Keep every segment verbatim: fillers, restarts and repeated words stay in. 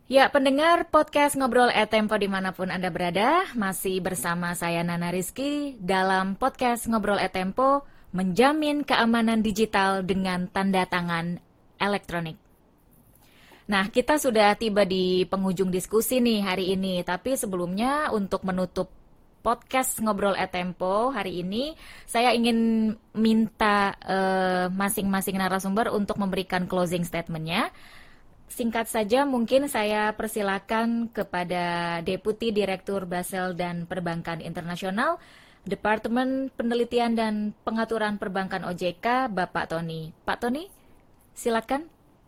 Ya, pendengar podcast Ngobrol at Tempo dimanapun Anda berada, masih bersama saya Nana Rizky dalam podcast Ngobrol at Tempo, menjamin keamanan digital dengan tanda tangan elektronik. Nah, kita sudah tiba di penghujung diskusi nih hari ini, tapi sebelumnya untuk menutup podcast Ngobrol at Tempo hari ini, saya ingin minta uh, masing-masing narasumber untuk memberikan closing statement-nya. Singkat saja, mungkin saya persilakan kepada Deputi Direktur Basel dan Perbankan Internasional, Departemen Penelitian dan Pengaturan Perbankan O J K, Bapak Tony. Pak Tony, silakan.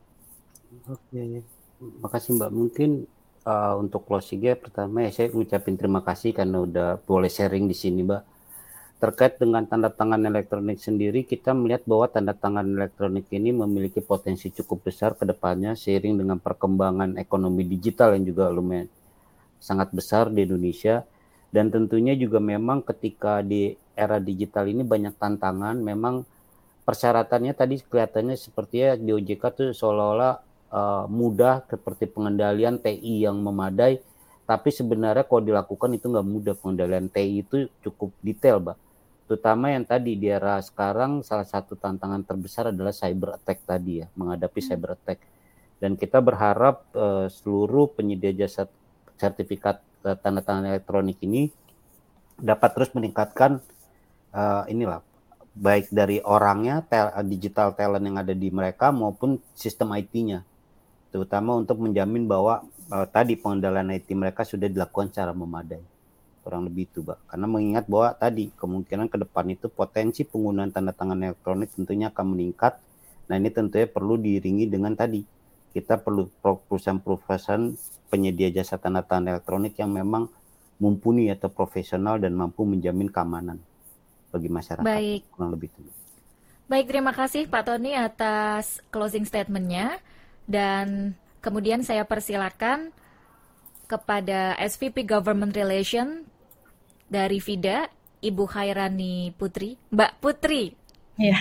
Oke, makasih Mbak. Mungkin uh, untuk closingnya pertama ya saya ngucapin terima kasih karena udah boleh sharing di sini, Mbak. Terkait dengan tanda tangan elektronik sendiri, kita melihat bahwa tanda tangan elektronik ini memiliki potensi cukup besar ke depannya seiring dengan perkembangan ekonomi digital yang juga lumayan sangat besar di Indonesia. Dan tentunya juga memang ketika di era digital ini banyak tantangan, memang persyaratannya tadi kelihatannya sepertinya di O J K tuh seolah-olah uh, mudah seperti pengendalian T I yang memadai, tapi sebenarnya kalau dilakukan itu nggak mudah. Pengendalian T I itu cukup detail, Mbak. Terutama yang tadi di era sekarang salah satu tantangan terbesar adalah cyber attack tadi ya, menghadapi hmm. cyber attack. Dan kita berharap uh, seluruh penyedia jasa sertifikat uh, tanda tangan elektronik ini dapat terus meningkatkan uh, inilah baik dari orangnya, tel- digital talent yang ada di mereka maupun sistem I T-nya. Terutama untuk menjamin bahwa uh, tadi pengendalian I T mereka sudah dilakukan secara memadai. Kurang lebih itu, Mbak. Karena mengingat bahwa tadi kemungkinan ke depan itu potensi penggunaan tanda tangan elektronik tentunya akan meningkat. Nah, ini tentunya perlu diiringi dengan tadi kita perlu perusahaan-perusahaan penyedia jasa tanda tangan elektronik yang memang mumpuni atau profesional dan mampu menjamin keamanan bagi masyarakat. Baik. Kurang lebih itu. Baik, terima kasih Pak Tony atas closing statement-nya. Dan kemudian saya persilakan kepada S V P Government Relation dari VIDA, Ibu Khairani Putri. Mbak Putri. Ya,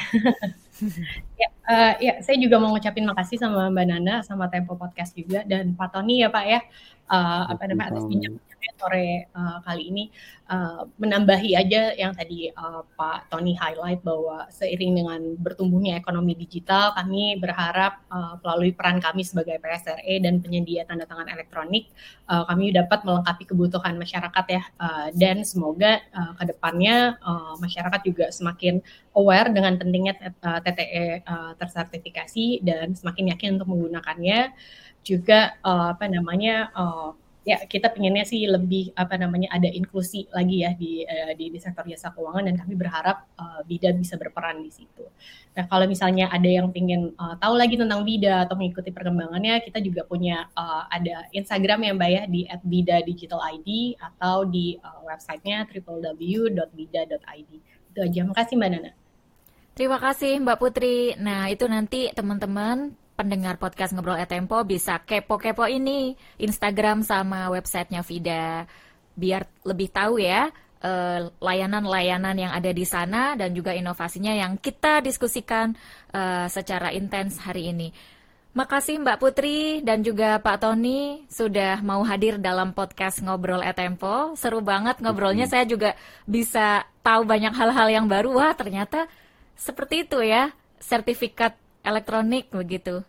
ya, uh, ya, saya juga mau ngucapin makasih sama Mbak Nana, sama Tempo Podcast juga, dan Pak Tony ya Pak ya, uh, apa namanya atas bincang sore uh, kali ini, uh, menambahi aja yang tadi uh, Pak Tony highlight bahwa seiring dengan bertumbuhnya ekonomi digital, kami berharap uh, melalui peran kami sebagai P S R E dan penyedia tanda tangan elektronik, uh, kami dapat melengkapi kebutuhan masyarakat ya, uh, dan semoga uh, ke depannya uh, masyarakat juga semakin aware dengan pentingnya uh, T T E uh, tersertifikasi dan semakin yakin untuk menggunakannya. Juga uh, apa namanya uh, ya kita pengennya sih lebih apa namanya ada inklusi lagi ya di uh, di, di sektor jasa keuangan, dan kami berharap uh, VIDA bisa berperan di situ. Nah, kalau misalnya ada yang ingin uh, tahu lagi tentang VIDA atau mengikuti perkembangannya, kita juga punya uh, ada Instagram ya Mbak ya di at vida digital I D atau di uh, websitenya w w w dot vida dot i d. Itu aja. Makasih Mbak Nana. Terima kasih Mbak Putri. Nah, itu nanti teman-teman pendengar podcast Ngobrol at Tempo bisa kepo-kepo ini Instagram sama websitenya VIDA biar lebih tahu ya eh, layanan-layanan yang ada di sana dan juga inovasinya yang kita diskusikan eh, secara intens hari ini. Makasih Mbak Putri dan juga Pak Tony sudah mau hadir dalam podcast Ngobrol at Tempo. Seru banget ngobrolnya, saya juga bisa tahu banyak hal-hal yang baru. Wah, ternyata seperti itu ya, sertifikat elektronik begitu.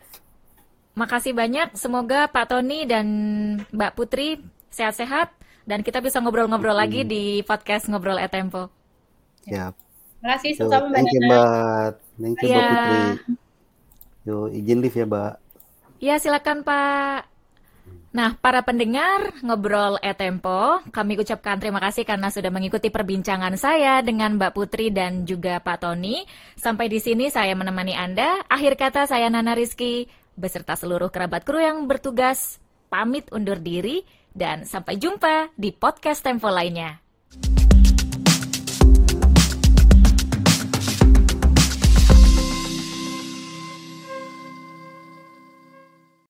Makasih banyak, semoga Pak Tony dan Mbak Putri sehat-sehat dan kita bisa ngobrol-ngobrol hmm. lagi di podcast Ngobrol at Tempo. Siap. Terima kasih sama Mbak. Thank you Mbak. Thank you ya. Mbak Putri. Yo, izin live ya Mbak. Ya, silakan Pak. Nah, para pendengar Ngobrol at Tempo, kami ucapkan terima kasih karena sudah mengikuti perbincangan saya dengan Mbak Putri dan juga Pak Tony. Sampai di sini saya menemani Anda. Akhir kata saya Nana Rizky beserta seluruh kerabat kru yang bertugas pamit undur diri dan sampai jumpa di podcast Tempo lainnya.